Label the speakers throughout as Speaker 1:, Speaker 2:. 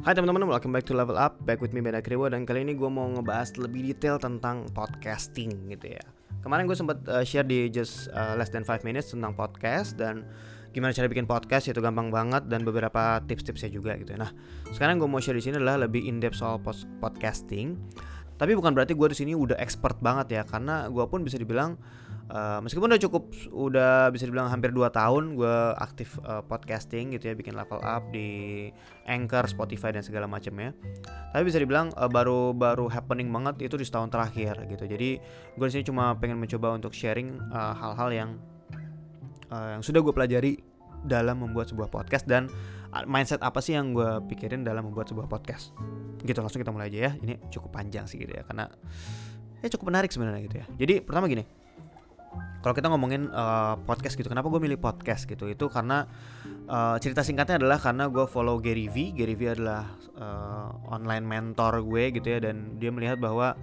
Speaker 1: Hai teman-teman, welcome back to Level Up. Back with me Ben Akriwo. Dan kali ini gue mau ngebahas lebih detail tentang podcasting gitu ya. Kemarin gue sempat share di just less than 5 minutes tentang podcast dan gimana cara bikin podcast, itu gampang banget, dan beberapa tips-tipsnya juga gitu ya. Nah, sekarang gue mau share di sini adalah lebih in-depth soal podcasting. Tapi bukan berarti gue di sini udah expert banget ya, karena gue pun bisa dibilang meskipun udah bisa dibilang hampir 2 tahun gue aktif podcasting gitu ya, bikin Level Up di Anchor, Spotify dan segala macamnya. Tapi bisa dibilang baru happening banget itu di setahun terakhir gitu. Jadi gue di sini cuma pengen mencoba untuk sharing hal-hal yang sudah gue pelajari dalam membuat sebuah podcast dan mindset apa sih yang gue pikirin dalam membuat sebuah podcast. Gitu, langsung kita mulai aja ya. Ini cukup panjang sih gitu ya, karena cukup menarik sebenarnya gitu ya. Jadi pertama gini, kalau kita ngomongin podcast gitu, kenapa gue milih podcast gitu? Itu karena cerita singkatnya adalah karena gue follow Gary V. Gary V adalah online mentor gue gitu ya, dan dia melihat bahwa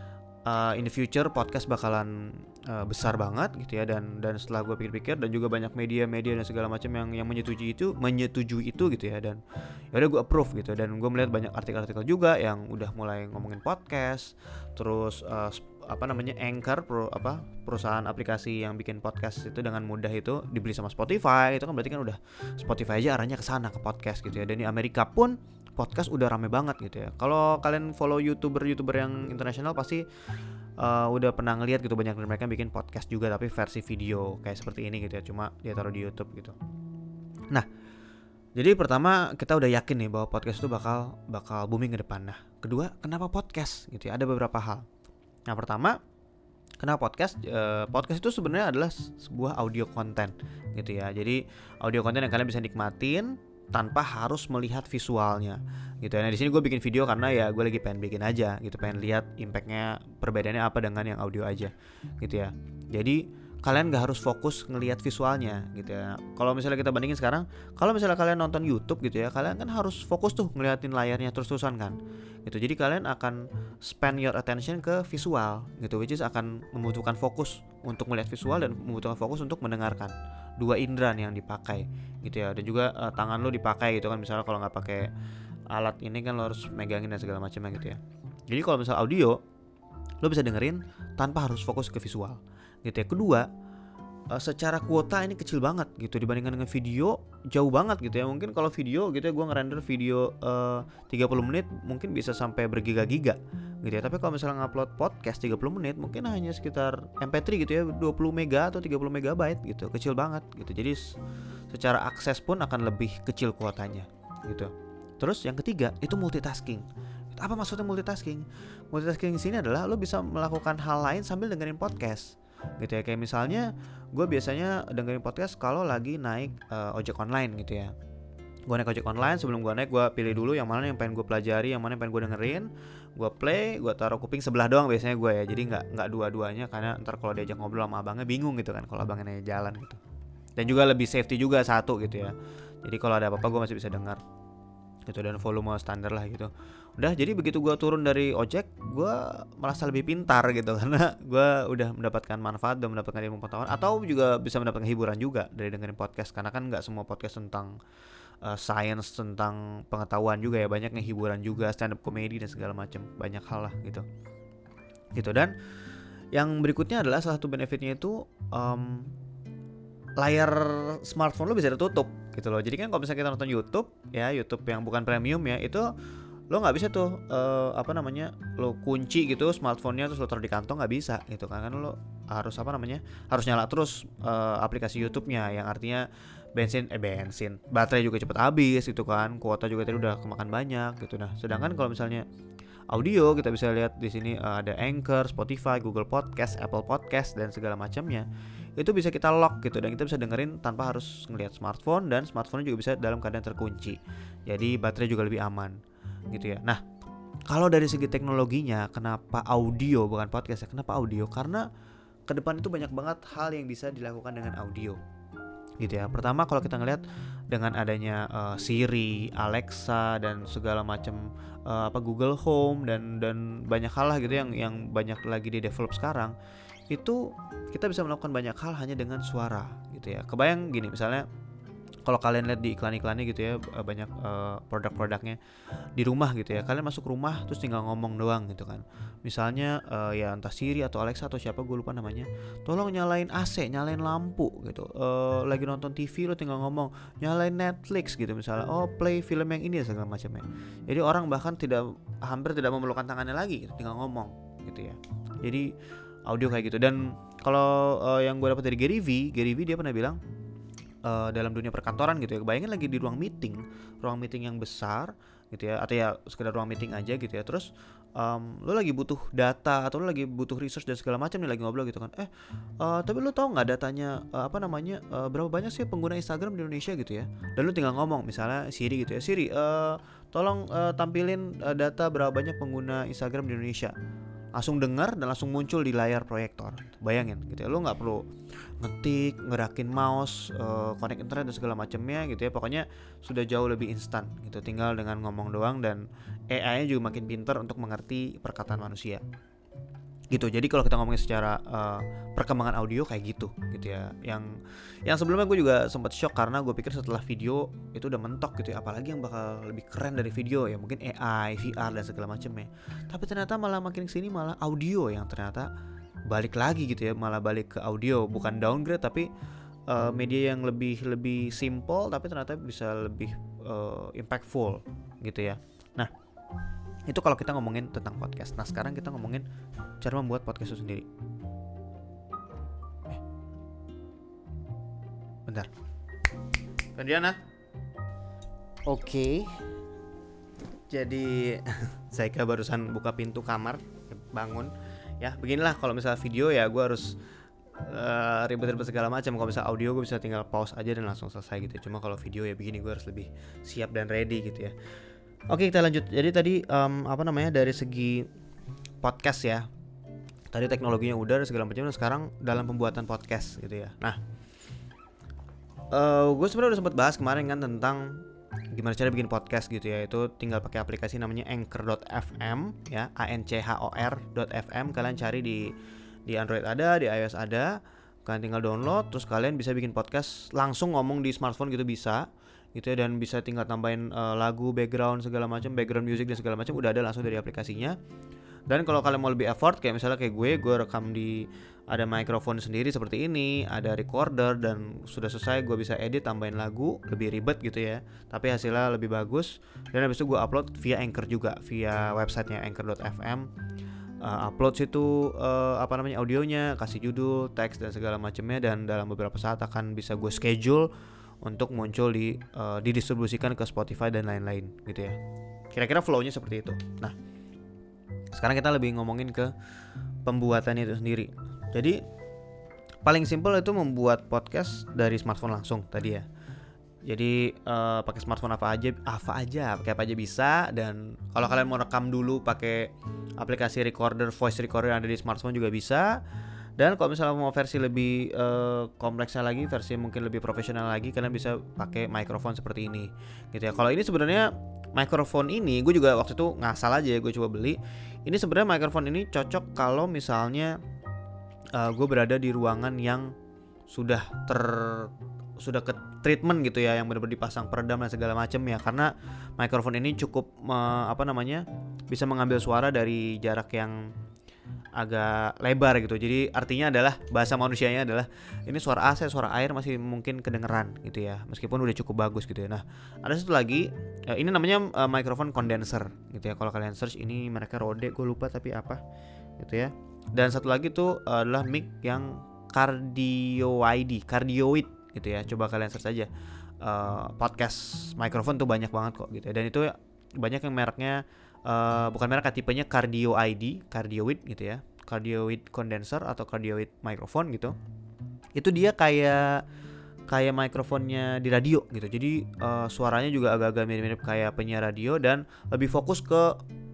Speaker 1: in the future podcast bakalan besar banget gitu ya, dan setelah gue pikir-pikir dan juga banyak media dan segala macam yang menyetujui itu gitu ya, dan ya udah gue approve gitu. Dan gue melihat banyak artikel-artikel juga yang udah mulai ngomongin podcast, terus Anchor perusahaan aplikasi yang bikin podcast itu dengan mudah itu dibeli sama Spotify. Itu kan berarti kan udah Spotify aja arahnya ke sana, ke podcast gitu ya. Dan di Amerika pun podcast udah rame banget gitu ya. Kalau kalian follow YouTuber yang internasional pasti udah pernah ngeliat gitu, banyak dari mereka bikin podcast juga tapi versi video kayak seperti ini gitu ya, cuma dia taruh di YouTube gitu. Nah, jadi pertama kita udah yakin nih bahwa podcast itu bakal booming ke depan. Nah, kedua, kenapa podcast gitu ya? Ada beberapa hal. Nah, pertama, kenapa podcast? Podcast itu sebenarnya adalah sebuah audio konten gitu ya. Jadi audio konten yang kalian bisa nikmatin tanpa harus melihat visualnya gitu ya. Nah, di sini gue bikin video karena ya gue lagi pengen bikin aja gitu, pengen lihat impactnya, perbedaannya apa dengan yang audio aja gitu ya. Jadi kalian gak harus fokus ngelihat visualnya gitu ya. Kalau misalnya kita bandingin sekarang, kalau misalnya kalian nonton YouTube gitu ya, kalian kan harus fokus tuh ngeliatin layarnya terus-terusan kan gitu. Jadi kalian akan spend your attention ke visual gitu, which is akan membutuhkan fokus untuk melihat visual dan membutuhkan fokus untuk mendengarkan. Dua indera nih yang dipakai gitu ya. Dan juga tangan lo dipakai gitu kan, misalnya kalau nggak pakai alat ini kan lo harus megangin dan segala macamnya gitu ya. Jadi kalau misalnya audio, lo bisa dengerin tanpa harus fokus ke visual gitu ya. Kedua, secara kuota ini kecil banget gitu dibandingkan dengan video, jauh banget gitu ya. Mungkin kalau video gitu ya, gue ngerender video 30 menit mungkin bisa sampai bergiga-giga gitu ya. Tapi kalau misalnya ngupload podcast 30 menit mungkin hanya sekitar MP3 gitu ya, 20 mega atau 30 megabyte gitu, kecil banget gitu. Jadi secara akses pun akan lebih kecil kuotanya gitu. Terus yang ketiga, itu multitasking. Apa maksudnya multitasking? Multitasking di sini adalah lo bisa melakukan hal lain sambil dengerin podcast gitu ya. Kayak misalnya gue biasanya dengerin podcast kalau lagi naik ojek online gitu ya. Gue naik ojek online, sebelum gue naik gue pilih dulu yang mana yang pengen gue pelajari, yang mana yang pengen gue dengerin, gue play, gue taruh kuping sebelah doang biasanya gue ya. Jadi nggak dua-duanya, karena ntar kalau diajak ngobrol sama abangnya bingung gitu kan kalau abangnya nanya jalan gitu. Dan juga lebih safety juga satu gitu ya. Jadi kalau ada apa-apa gue masih bisa dengar gitu, dan volume standar lah gitu. Udah, jadi begitu gue turun dari ojek, gue merasa lebih pintar gitu karena gue udah mendapatkan manfaat dan mendapatkan ilmu pengetahuan, atau juga bisa mendapatkan hiburan juga dari dengerin podcast. Karena kan nggak semua podcast tentang science, tentang pengetahuan juga ya, banyak yang hiburan juga, stand up comedy dan segala macam, banyak hal lah gitu. Dan yang berikutnya adalah salah satu benefitnya itu layar smartphone lo bisa ditutup gitu loh. Jadi kan kalau misalnya kita nonton YouTube ya, YouTube yang bukan premium ya, itu lo nggak bisa tuh lo kunci gitu smartphone-nya terus lo taruh di kantong, nggak bisa gitu kan lo harus harus nyala terus aplikasi YouTube-nya, yang artinya bensin baterai juga cepet habis gitu kan, kuota juga tadi udah kemakan banyak gitu. Nah, sedangkan kalau misalnya audio, kita bisa lihat di sini ada Anchor, Spotify, Google Podcast, Apple Podcast dan segala macamnya. Itu bisa kita lock gitu, dan kita bisa dengerin tanpa harus ngelihat smartphone, dan smartphone juga bisa dalam keadaan terkunci. Jadi baterai juga lebih aman gitu ya. Nah, kalau dari segi teknologinya, kenapa audio bukan podcast ya? Kenapa audio? Karena ke depan itu banyak banget hal yang bisa dilakukan dengan audio gitu ya. Pertama, kalau kita ngelihat dengan adanya Siri, Alexa dan segala macam Google Home dan banyak hal lah gitu yang banyak lagi di develop sekarang, itu kita bisa melakukan banyak hal hanya dengan suara gitu ya. Kebayang gini, misalnya Kalau kalian lihat di iklan-iklannya gitu ya, banyak produk-produknya di rumah gitu ya. Kalian masuk rumah terus tinggal ngomong doang gitu kan. Misalnya ya entah Siri atau Alexa atau siapa gue lupa namanya, tolong nyalain AC, nyalain lampu gitu. Lagi nonton TV lo tinggal ngomong nyalain Netflix gitu misalnya. Oh play film yang ini segala macamnya. Jadi orang bahkan hampir tidak memerlukan tangannya lagi gitu, tinggal ngomong gitu ya. Jadi audio kayak gitu. Dan kalau yang gue dapat dari Gary V dia pernah bilang dalam dunia perkantoran gitu ya, bayangin lagi di ruang meeting yang besar gitu ya, atau ya sekedar ruang meeting aja gitu ya, terus lo lagi butuh data atau lo lagi butuh research dan segala macam nih, lagi ngobrol gitu kan, tapi lo tahu nggak datanya berapa banyak sih pengguna Instagram di Indonesia gitu ya, dan lo tinggal ngomong misalnya Siri gitu ya, Siri tolong tampilin data berapa banyak pengguna Instagram di Indonesia, langsung dengar dan langsung muncul di layar proyektor. Bayangin gitu ya, lo nggak perlu ngetik, ngerakin mouse, connect internet dan segala macamnya gitu ya. Pokoknya sudah jauh lebih instan gitu, tinggal dengan ngomong doang, dan AI-nya juga makin pintar untuk mengerti perkataan manusia gitu. Jadi kalau kita ngomongin secara perkembangan audio kayak gitu ya. Yang sebelumnya gue juga sempat shock karena gue pikir setelah video itu udah mentok gitu ya, apalagi yang bakal lebih keren dari video ya, mungkin AI, VR dan segala macamnya. Tapi ternyata malah makin kesini malah audio yang ternyata balik lagi gitu ya, malah balik ke audio, bukan downgrade tapi media yang lebih simple tapi ternyata bisa lebih impactful gitu ya. Nah, itu kalau kita ngomongin tentang podcast. Nah sekarang kita ngomongin cara membuat podcast itu sendiri. Bentar, Ferdiana. Oke. Jadi saya barusan buka pintu kamar, bangun. Ya beginilah kalau misalnya video ya gue harus ribet-ribet segala macam. Kalau misalnya audio gue bisa tinggal pause aja dan langsung selesai gitu. Cuma kalau video ya begini gue harus lebih siap dan ready gitu ya. Oke, kita lanjut. Jadi tadi dari segi podcast ya, tadi teknologinya udah segala macam, dan sekarang dalam pembuatan podcast gitu ya. Nah, gue sebenarnya udah sempat bahas kemarin kan tentang gimana cara bikin podcast gitu ya. Itu tinggal pakai aplikasi namanya Anchor.fm ya, Anchor.fm. Kalian cari di Android ada, di iOS ada. Kalian tinggal download, terus kalian bisa bikin podcast langsung ngomong di smartphone gitu bisa. Gitu ya, dan bisa tinggal tambahin lagu, background segala macam, background music dan segala macam udah ada langsung dari aplikasinya. Dan kalau kalian mau lebih effort kayak misalnya kayak gue rekam ada mikrofon sendiri seperti ini, ada recorder, dan sudah selesai gue bisa edit, tambahin lagu, lebih ribet gitu ya, tapi hasilnya lebih bagus. Dan habis itu gue upload via Anchor juga, via websitenya Anchor.fm. Upload situ audionya, kasih judul, teks dan segala macamnya, dan dalam beberapa saat akan bisa gue schedule untuk muncul didistribusikan ke Spotify dan lain-lain gitu ya. Kira-kira flow-nya seperti itu. Nah, sekarang kita lebih ngomongin ke pembuatannya itu sendiri. Jadi paling simpel itu membuat podcast dari smartphone langsung tadi ya. Jadi pakai smartphone apa aja bisa. Dan kalau kalian mau rekam dulu pakai aplikasi recorder, voice recorder yang ada di smartphone juga bisa. Dan kalau misalnya mau versi lebih kompleksnya lagi, versi mungkin lebih profesional lagi, kalian bisa pakai mikrofon seperti ini gitu ya. Kalau ini sebenarnya mikrofon ini gue juga waktu itu ngasal aja ya, gue coba beli. Ini sebenarnya mikrofon ini cocok kalau misalnya gue berada di ruangan yang sudah ke treatment gitu ya, yang benar-benar dipasang peredam dan segala macam ya, karena mikrofon ini cukup bisa mengambil suara dari jarak yang agak lebar gitu. Jadi artinya adalah, bahasa manusianya adalah ini suara AC, suara air masih mungkin kedengeran gitu ya, meskipun udah cukup bagus gitu ya. Nah, ada satu lagi, ini namanya mikrofon condenser gitu ya. Kalau kalian search ini mereka Rode, gue lupa tapi apa gitu ya. Dan satu lagi tuh adalah mic yang cardioid gitu ya. Coba kalian search aja podcast mikrofon tuh banyak banget kok gitu ya. Dan itu banyak yang mereknya bukan merek, tipenya cardioid gitu ya, cardioid condenser atau cardioid microphone gitu. Itu dia kayak mikrofonnya di radio gitu. Jadi suaranya juga agak-agak mirip-mirip kayak penyiar radio, dan lebih fokus ke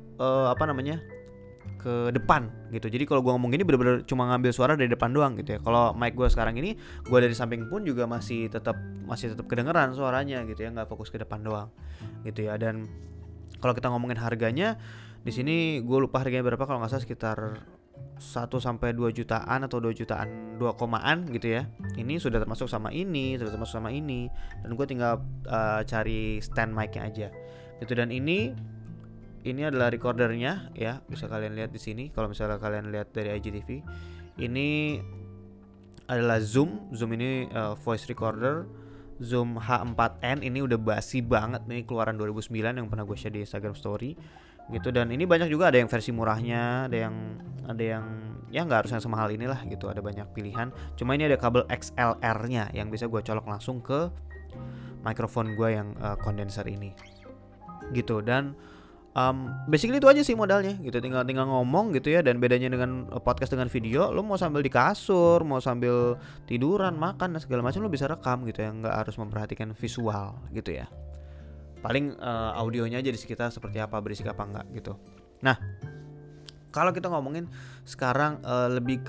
Speaker 1: ke depan gitu. Jadi kalau gue ngomong gini bener-bener cuma ngambil suara dari depan doang gitu ya. Kalau mic gue sekarang ini, gue dari samping pun juga masih tetap kedengeran suaranya gitu ya, nggak fokus ke depan doang gitu ya. Dan kalau kita ngomongin harganya, di sini gue lupa harganya berapa, kalau nggak salah sekitar 1-2 jutaan atau 2 jutaan 2 komaan gitu ya. Ini sudah termasuk sama ini, sudah termasuk sama ini, dan gue tinggal cari stand mic-nya aja gitu. Dan ini adalah recordernya ya, bisa kalian lihat di sini. Kalau misalnya kalian lihat dari IGTV, ini adalah Zoom ini voice recorder Zoom H4n. Ini udah basi banget, ini keluaran 2009 yang pernah gue share di Instagram Story gitu. Dan ini banyak juga, ada yang versi murahnya, ada yang ya nggak harus yang semahal inilah gitu, ada banyak pilihan. Cuma ini ada kabel XLR-nya yang bisa gue colok langsung ke mikrofon gue yang kondenser ini gitu. Dan basically itu aja sih modalnya gitu, tinggal ngomong gitu ya. Dan bedanya dengan podcast dengan video, lo mau sambil di kasur, mau sambil tiduran, makan dan segala macam, lo bisa rekam gitu ya, nggak harus memperhatikan visual gitu ya. Paling audionya aja di sekitar seperti apa, berisik apa enggak gitu. Nah, kalau kita ngomongin sekarang lebih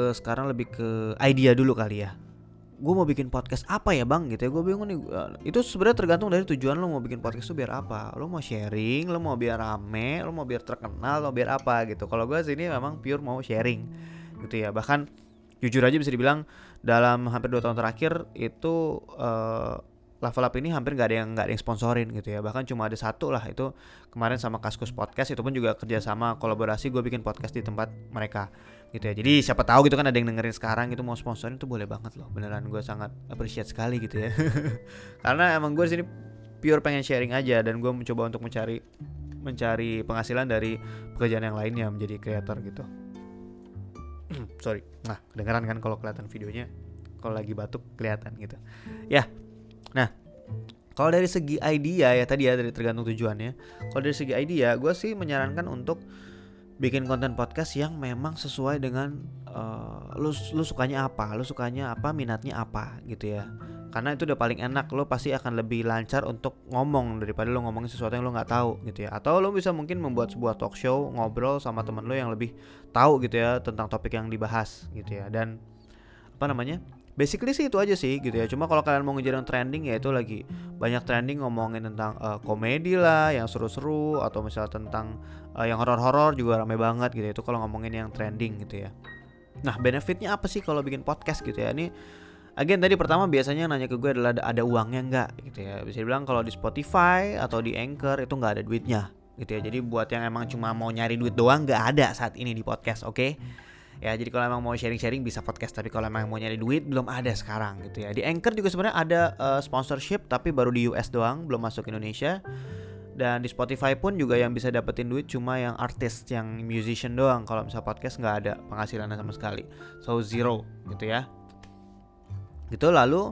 Speaker 1: ke idea dulu kali ya. Gue mau bikin podcast apa ya bang gitu ya, gue bingung nih. Itu sebenarnya tergantung dari tujuan lo mau bikin podcast itu biar apa. Lo mau sharing, lo mau biar rame, lo mau biar terkenal, lo biar apa gitu. Kalau gue sini memang pure mau sharing gitu ya. Bahkan jujur aja bisa dibilang dalam hampir 2 tahun terakhir itu Level Up ini hampir nggak ada yang sponsorin gitu ya. Bahkan cuma ada satu lah, itu kemarin sama Kaskus Podcast, itu pun juga kerjasama kolaborasi, gue bikin podcast di tempat mereka gitu ya. Jadi siapa tahu gitu kan ada yang dengerin sekarang gitu mau sponsorin, itu boleh banget loh. Beneran gue sangat appreciate sekali gitu ya. Karena emang gue di sini pure pengen sharing aja, dan gue mencoba untuk mencari penghasilan dari pekerjaan yang lainnya menjadi creator gitu. Sorry. Nah, kedengeran kan kalau kelihatan videonya, kalau lagi batuk kelihatan gitu. Ya. Nah, kalau dari segi idea ya tadi ya, dari tergantung tujuannya. Kalau dari segi idea, gue sih menyarankan untuk bikin konten podcast yang memang sesuai dengan lu sukanya apa, minatnya apa gitu ya. Karena itu udah paling enak, lo pasti akan lebih lancar untuk ngomong daripada lo ngomongin sesuatu yang lo nggak tahu gitu ya. Atau lo bisa mungkin membuat sebuah talk show, ngobrol sama teman lo yang lebih tahu gitu ya tentang topik yang dibahas gitu ya. Dan basically sih itu aja sih gitu ya. Cuma kalau kalian mau ngejar yang trending, ya itu lagi banyak trending ngomongin tentang komedi lah yang seru-seru, atau misalnya tentang yang horor-horor juga ramai banget gitu ya. Itu kalau ngomongin yang trending gitu ya. Nah, benefitnya apa sih kalau bikin podcast gitu ya? Ini again tadi pertama biasanya nanya ke gue adalah ada uangnya nggak gitu ya. Bisa dibilang kalau di Spotify atau di Anchor itu nggak ada duitnya gitu ya. Jadi buat yang emang cuma mau nyari duit doang, nggak ada saat ini di podcast, oke? Ya, jadi kalau emang mau sharing-sharing bisa podcast, tapi kalau emang mau nyari duit belum ada sekarang gitu ya. Di Anchor juga sebenarnya ada sponsorship, tapi baru di US doang, belum masuk Indonesia. Dan di Spotify pun juga yang bisa dapetin duit cuma yang artis, yang musician doang. Kalau misalnya podcast nggak ada penghasilannya sama sekali, so zero gitu ya. Gitu. Lalu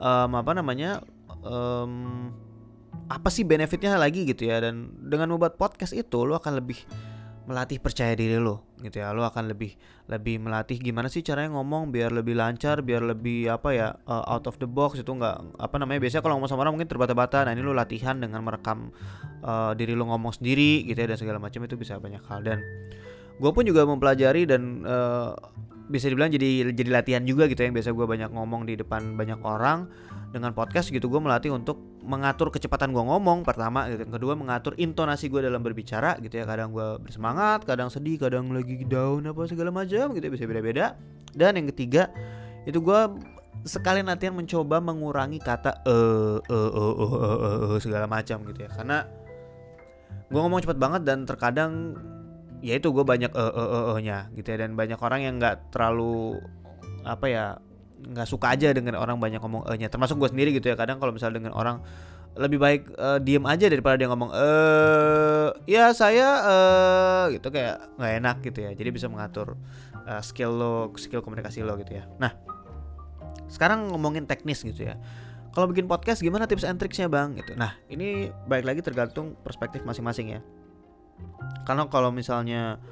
Speaker 1: apa sih benefitnya lagi gitu ya. Dan dengan membuat podcast itu lo akan lebih melatih percaya diri lo gitu ya. Lo akan lebih melatih gimana sih caranya ngomong biar lebih lancar, biar lebih out of the box. Itu nggak biasanya kalau ngomong sama orang mungkin terbata-bata. Nah, ini lo latihan dengan merekam diri lo ngomong sendiri gitu ya, dan segala macam. Itu bisa banyak hal. Dan gue pun juga mempelajari dan bisa dibilang jadi latihan juga gitu ya. Yang biasa gue banyak ngomong di depan banyak orang, dengan podcast gitu gue melatih untuk mengatur kecepatan gue ngomong pertama gitu. Yang kedua, mengatur intonasi gue dalam berbicara gitu ya. Kadang gue bersemangat, kadang sedih, kadang lagi down apa segala macam gitu ya, bisa beda-beda. Dan yang ketiga, itu gue sekalian latihan mencoba mengurangi kata segala macam gitu ya. Karena gue ngomong cepat banget dan terkadang ya itu gue banyak nya gitu ya. Dan banyak orang yang nggak terlalu nggak suka aja dengan orang banyak ngomong nya, termasuk gue sendiri gitu ya. Kadang kalau misalnya dengan orang lebih baik diem aja daripada dia ngomong ya saya gitu, kayak nggak enak gitu ya. Jadi bisa mengatur skill komunikasi lo gitu ya. Nah, sekarang ngomongin teknis gitu ya. Kalau bikin podcast gimana tips and tricksnya bang gitu. Nah, ini balik lagi tergantung perspektif masing-masing ya. Karena kalau misalnya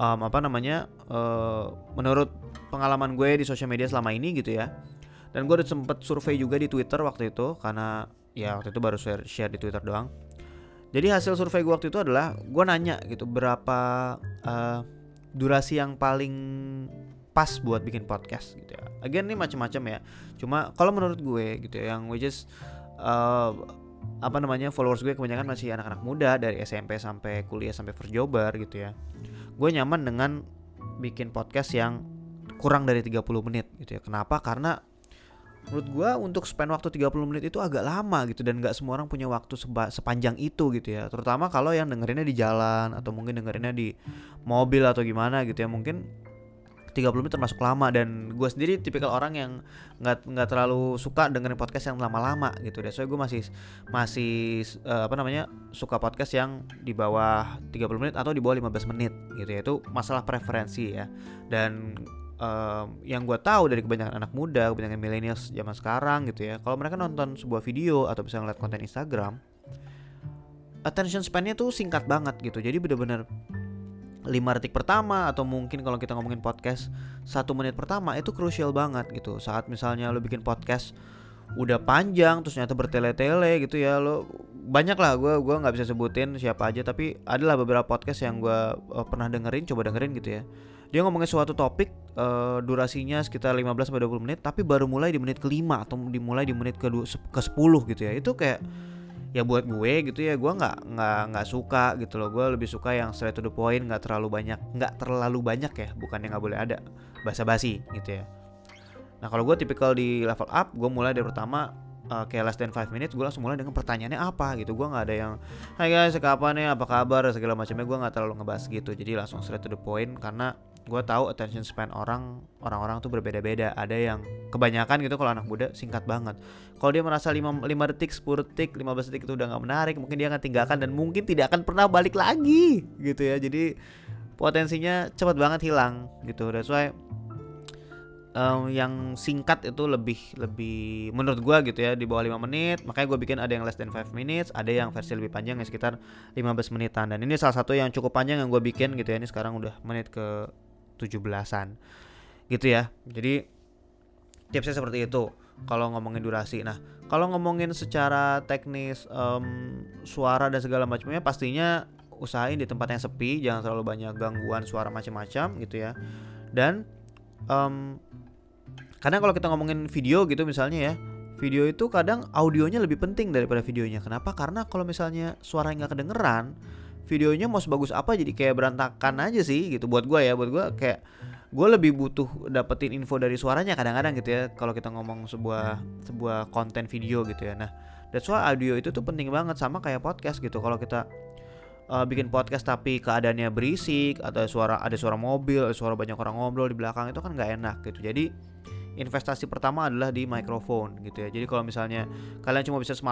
Speaker 1: menurut pengalaman gue di sosial media selama ini gitu ya, dan gue udah sempet survei juga di Twitter waktu itu, karena ya waktu itu baru share di Twitter doang. Jadi hasil survei gue waktu itu adalah gue nanya gitu, berapa durasi yang paling pas buat bikin podcast gitu ya. Again ini macam-macam ya. Cuma kalau menurut gue gitu ya, yang which is followers gue kebanyakan masih anak-anak muda dari SMP sampai kuliah sampai first jobber gitu ya. Gue nyaman dengan bikin podcast yang kurang dari 30 menit gitu ya. Kenapa? Karena menurut gue untuk spend waktu 30 menit itu agak lama gitu, dan gak semua orang punya waktu sepanjang itu gitu ya. Terutama kalau yang dengerinnya di jalan atau mungkin dengerinnya di mobil atau gimana gitu ya. Mungkin 30 menit termasuk lama, dan gue sendiri tipikal orang yang nggak terlalu suka dengerin podcast yang lama-lama gitu deh. Soalnya gue masih suka podcast yang di bawah 30 menit atau di bawah 15 menit gitu ya. Itu masalah preferensi ya. Dan yang gue tahu dari kebanyakan anak muda, kebanyakan millennials zaman sekarang gitu ya, kalau mereka nonton sebuah video atau bisa ngeliat konten Instagram, attention span-nya tuh singkat banget gitu. Jadi bener-bener 5 detik pertama, atau mungkin kalau kita ngomongin podcast 1 menit pertama itu crucial banget gitu. Saat misalnya lo bikin podcast udah panjang terus ternyata bertele-tele gitu ya, lo banyak lah, gue nggak bisa sebutin siapa aja, tapi adalah beberapa podcast yang gue pernah coba dengerin gitu ya. Dia ngomongin suatu topik, durasinya sekitar 15-20 menit, tapi baru mulai di menit ke-5 atau dimulai di menit ke-10 gitu ya. Itu kayak, ya buat gue gitu ya, gue nggak suka gitu loh. Gue lebih suka yang straight to the point, nggak terlalu banyak ya, bukannya nggak boleh ada basa-basi gitu ya. Nah kalau gue tipikal di level up, gue mulai dari pertama kayak less than 5 minutes, gue langsung mulai dengan pertanyaannya apa gitu. Gue nggak ada yang hai guys kapan nih, apa kabar, segala macamnya. Gue nggak terlalu ngebahas gitu, jadi langsung straight to the point, karena gue tahu attention span orang-orang tuh berbeda-beda. Ada yang kebanyakan gitu, kalau anak muda singkat banget. Kalau dia merasa 5 detik, 10 detik, 15 detik itu udah gak menarik, mungkin dia akan tinggalkan dan mungkin tidak akan pernah balik lagi gitu ya. Jadi potensinya cepat banget hilang gitu. That's why yang singkat itu lebih menurut gue gitu ya, di bawah 5 menit. Makanya gue bikin ada yang less than 5 minutes, ada yang versi lebih panjang yang sekitar 15 menitan. Dan ini salah satu yang cukup panjang yang gue bikin gitu ya. Ini sekarang udah menit ke 17-an gitu ya. Jadi tipsnya seperti itu kalau ngomongin durasi. Nah kalau ngomongin secara teknis suara dan segala macamnya, pastinya usahain di tempat yang sepi, jangan terlalu banyak gangguan suara macam-macam gitu ya. Dan kadang kalau kita ngomongin video gitu misalnya ya, video itu kadang audionya lebih penting daripada videonya. Kenapa? Karena kalau misalnya suaranya nggak kedengeran, videonya mau sebagus apa jadi kayak berantakan aja sih gitu. Buat gue kayak gue lebih butuh dapetin info dari suaranya kadang-kadang gitu ya, kalau kita ngomong sebuah konten video gitu ya. Nah that's why audio itu tuh penting banget, sama kayak podcast gitu. Kalau kita bikin podcast tapi keadaannya berisik, atau ada suara mobil, ada suara banyak orang ngobrol di belakang, itu kan nggak enak gitu. Jadi investasi pertama adalah di mikrofon gitu ya. Jadi kalau misalnya kalian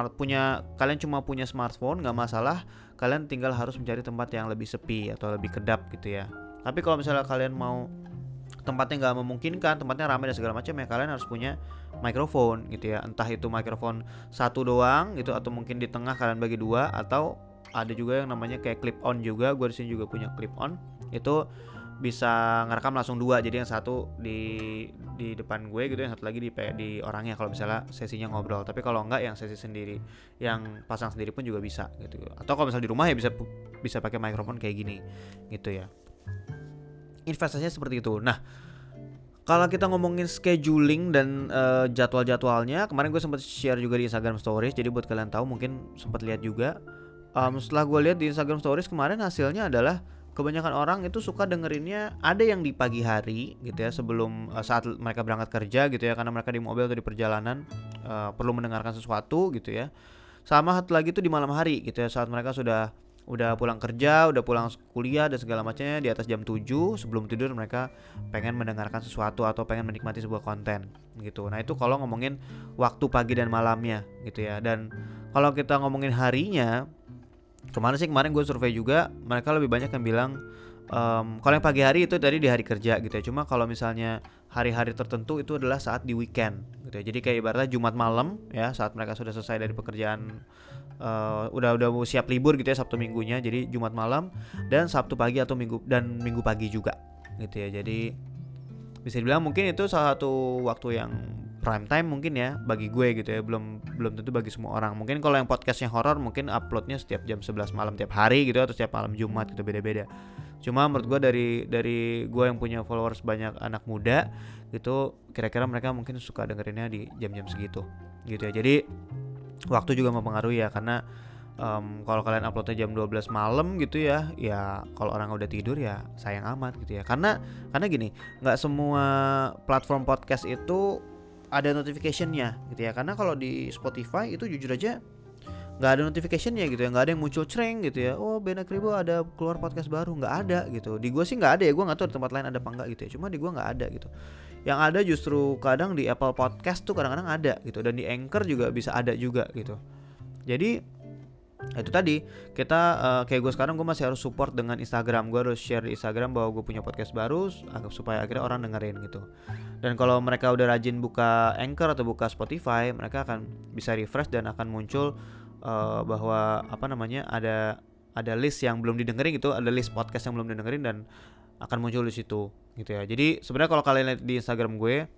Speaker 1: cuma punya smartphone, nggak masalah, kalian tinggal harus mencari tempat yang lebih sepi atau lebih kedap gitu ya. Tapi kalau misalnya kalian mau tempatnya nggak memungkinkan, tempatnya ramai dan segala macam, ya kalian harus punya mikrofon gitu ya. Entah itu mikrofon satu doang gitu, atau mungkin di tengah kalian bagi dua, atau ada juga yang namanya kayak clip on juga. Gue di sini juga punya clip on, itu bisa ngerekam langsung dua. Jadi yang satu di depan gue gitu, yang satu lagi di orangnya kalau misalnya sesinya ngobrol. Tapi kalau enggak, yang sesi sendiri, yang pasang sendiri pun juga bisa gitu. Atau kalau misalnya di rumah ya bisa pakai mikrofon kayak gini gitu ya. Investasinya seperti itu. Nah kalau kita ngomongin scheduling dan jadwal-jadwalnya, kemarin gue sempat share juga di Instagram Stories. Jadi buat kalian tahu, mungkin sempat lihat juga. Setelah gue lihat di Instagram Stories kemarin, hasilnya adalah kebanyakan orang itu suka dengerinnya ada yang di pagi hari gitu ya, sebelum saat mereka berangkat kerja gitu ya, karena mereka di mobil atau di perjalanan perlu mendengarkan sesuatu gitu ya. Sama satu lagi tuh di malam hari gitu ya, saat mereka udah pulang kerja, udah pulang kuliah dan segala macamnya, di atas jam 7 sebelum tidur mereka pengen mendengarkan sesuatu atau pengen menikmati sebuah konten gitu. Nah itu kalau ngomongin waktu pagi dan malamnya gitu ya. Dan kalau kita ngomongin harinya, kemarin gue survei juga, mereka lebih banyak yang bilang kalau yang pagi hari itu tadi di hari kerja gitu ya. Cuma kalau misalnya hari-hari tertentu itu adalah saat di weekend gitu ya. Jadi kayak ibaratnya Jumat malam ya, saat mereka sudah selesai dari pekerjaan, udah siap libur gitu ya Sabtu minggunya. Jadi Jumat malam dan Sabtu pagi atau minggu pagi juga gitu ya. Jadi bisa dibilang mungkin itu salah satu waktu yang prime time mungkin ya bagi gue gitu ya. Belum tentu bagi semua orang. Mungkin kalau yang podcastnya horor mungkin uploadnya setiap jam 11 malam tiap hari gitu, atau setiap malam Jumat gitu, beda-beda. Cuma menurut gue dari gue yang punya followers banyak anak muda gitu, kira-kira mereka mungkin suka dengerinnya di jam-jam segitu gitu ya. Jadi waktu juga mempengaruhi ya, karena kalau kalian uploadnya jam 12 malam gitu ya kalau orang udah tidur ya sayang amat gitu ya. Karena gini, nggak semua platform podcast itu ada notification-nya gitu ya. Karena kalau di Spotify itu jujur aja nggak ada notification-nya gitu ya, nggak ada yang muncul cereng gitu ya. Oh, Benak Ribo ada keluar podcast baru, nggak ada gitu. Di gue sih nggak ada ya, gue nggak tahu di tempat lain ada apa nggak gitu ya. Cuma di gue nggak ada gitu. Yang ada justru kadang di Apple Podcast tuh kadang-kadang ada gitu, dan di Anchor juga bisa ada juga gitu. Jadi itu tadi kita kayak gue sekarang gue masih harus support dengan Instagram. Gue harus share di Instagram bahwa gue punya podcast baru supaya akhirnya orang dengerin gitu. Dan kalau mereka udah rajin buka Anchor atau buka Spotify, mereka akan bisa refresh dan akan muncul bahwa ada list yang belum didengerin gitu, ada list podcast yang belum didengerin dan akan muncul di situ gitu ya. Jadi sebenarnya kalau kalian lihat di Instagram gue,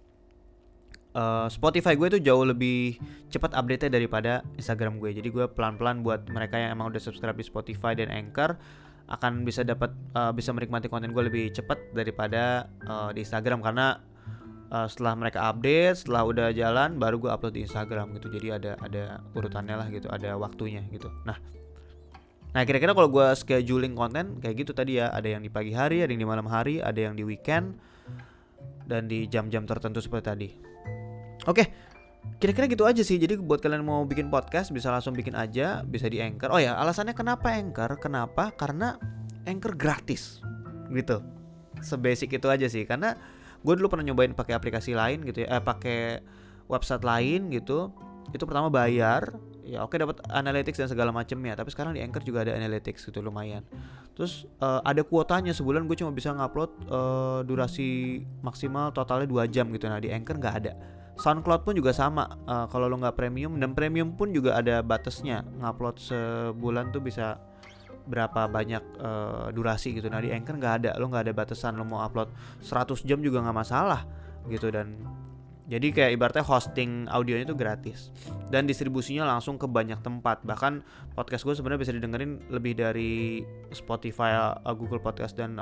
Speaker 1: Spotify gue tuh jauh lebih cepat update-nya daripada Instagram gue. Jadi gue pelan-pelan buat mereka yang emang udah subscribe di Spotify dan Anchor akan bisa bisa menikmati konten gue lebih cepat daripada di Instagram, karena setelah mereka update, setelah udah jalan baru gue upload di Instagram gitu. Jadi ada urutannya lah gitu, ada waktunya gitu. Nah kira-kira kalau gue scheduling konten kayak gitu tadi ya, ada yang di pagi hari, ada yang di malam hari, ada yang di weekend, dan di jam-jam tertentu seperti tadi. Oke, kira-kira gitu aja sih. Jadi buat kalian mau bikin podcast bisa langsung bikin aja, bisa di Anchor. Oh ya, alasannya kenapa Anchor? Kenapa? Karena Anchor gratis gitu. Sebasic itu aja sih. Karena gue dulu pernah nyobain pakai aplikasi lain gitu ya, pakai website lain gitu. Itu pertama bayar, ya oke dapat analytics dan segala macamnya. Tapi sekarang di Anchor juga ada analytics gitu, lumayan. Terus ada kuotanya, sebulan gue cuma bisa ngupload durasi maksimal totalnya 2 jam gitu. Nah di Anchor nggak ada. SoundCloud pun juga sama, kalau lo nggak premium, dan premium pun juga ada batasnya, ngupload sebulan tuh bisa berapa banyak durasi gitu. Nah di Anchor nggak ada, lo nggak ada batasan, lo mau upload 100 jam juga nggak masalah gitu. Dan jadi kayak ibaratnya hosting audionya itu gratis dan distribusinya langsung ke banyak tempat. Bahkan podcast gue sebenarnya bisa didengerin lebih dari Spotify, Google Podcast dan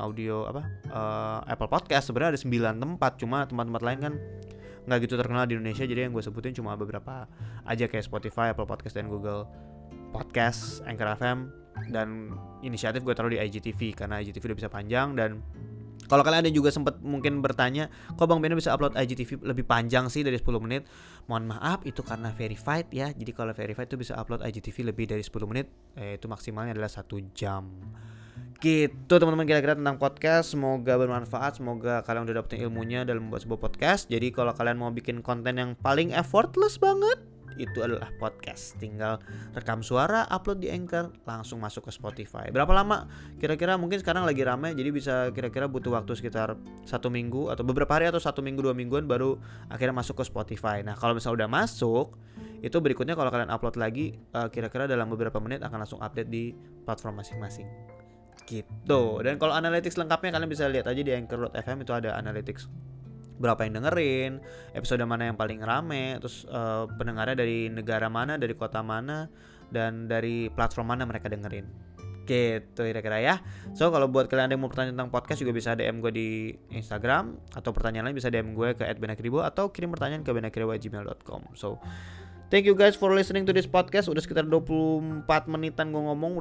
Speaker 1: Apple Podcast. Sebenarnya ada 9 tempat, cuma tempat-tempat lain kan nggak gitu terkenal di Indonesia. Jadi yang gue sebutin cuma beberapa aja, kayak Spotify, Apple Podcast dan Google Podcast, Anchor FM, dan inisiatif gue taruh di IGTV karena IGTV udah bisa panjang. Dan kalau kalian ada juga sempat mungkin bertanya, kok Bang Beno bisa upload IGTV lebih panjang sih dari 10 menit? Mohon maaf, itu karena verified ya. Jadi kalau verified itu bisa upload IGTV lebih dari 10 menit, itu maksimalnya adalah 1 jam. Gitu teman-teman, kira-kira tentang podcast. Semoga bermanfaat, semoga kalian udah dapetin ilmunya dalam membuat sebuah podcast. Jadi kalau kalian mau bikin konten yang paling effortless banget, itu adalah podcast. Tinggal rekam suara, upload di Anchor, langsung masuk ke Spotify. Berapa lama? Kira-kira mungkin sekarang lagi rame, jadi bisa kira-kira butuh waktu sekitar 1 minggu atau beberapa hari, atau 1 minggu 2 mingguan baru akhirnya masuk ke Spotify. Nah kalau misalnya udah masuk, itu berikutnya kalau kalian upload lagi, kira-kira dalam beberapa menit akan langsung update di platform masing-masing gitu. Dan kalau analytics lengkapnya kalian bisa lihat aja di Anchor.fm, itu ada analytics berapa yang dengerin, episode mana yang paling rame, terus pendengarnya dari negara mana, dari kota mana, dan dari platform mana mereka dengerin. Gitu kira-kira ya. So kalau buat kalian yang mau bertanya tentang podcast juga bisa DM gue di Instagram, atau pertanyaan lain bisa DM gue ke @benakribo, atau kirim pertanyaan ke benakribo@gmail.com. So thank you guys for listening to this podcast. Udah sekitar 24 menitan gue ngomong,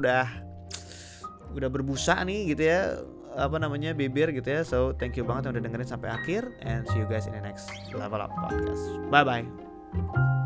Speaker 1: udah berbusa nih gitu ya, bibir gitu ya. So thank you banget yang udah dengerin sampai akhir, and see you guys in the next Level Up Podcast. Bye bye.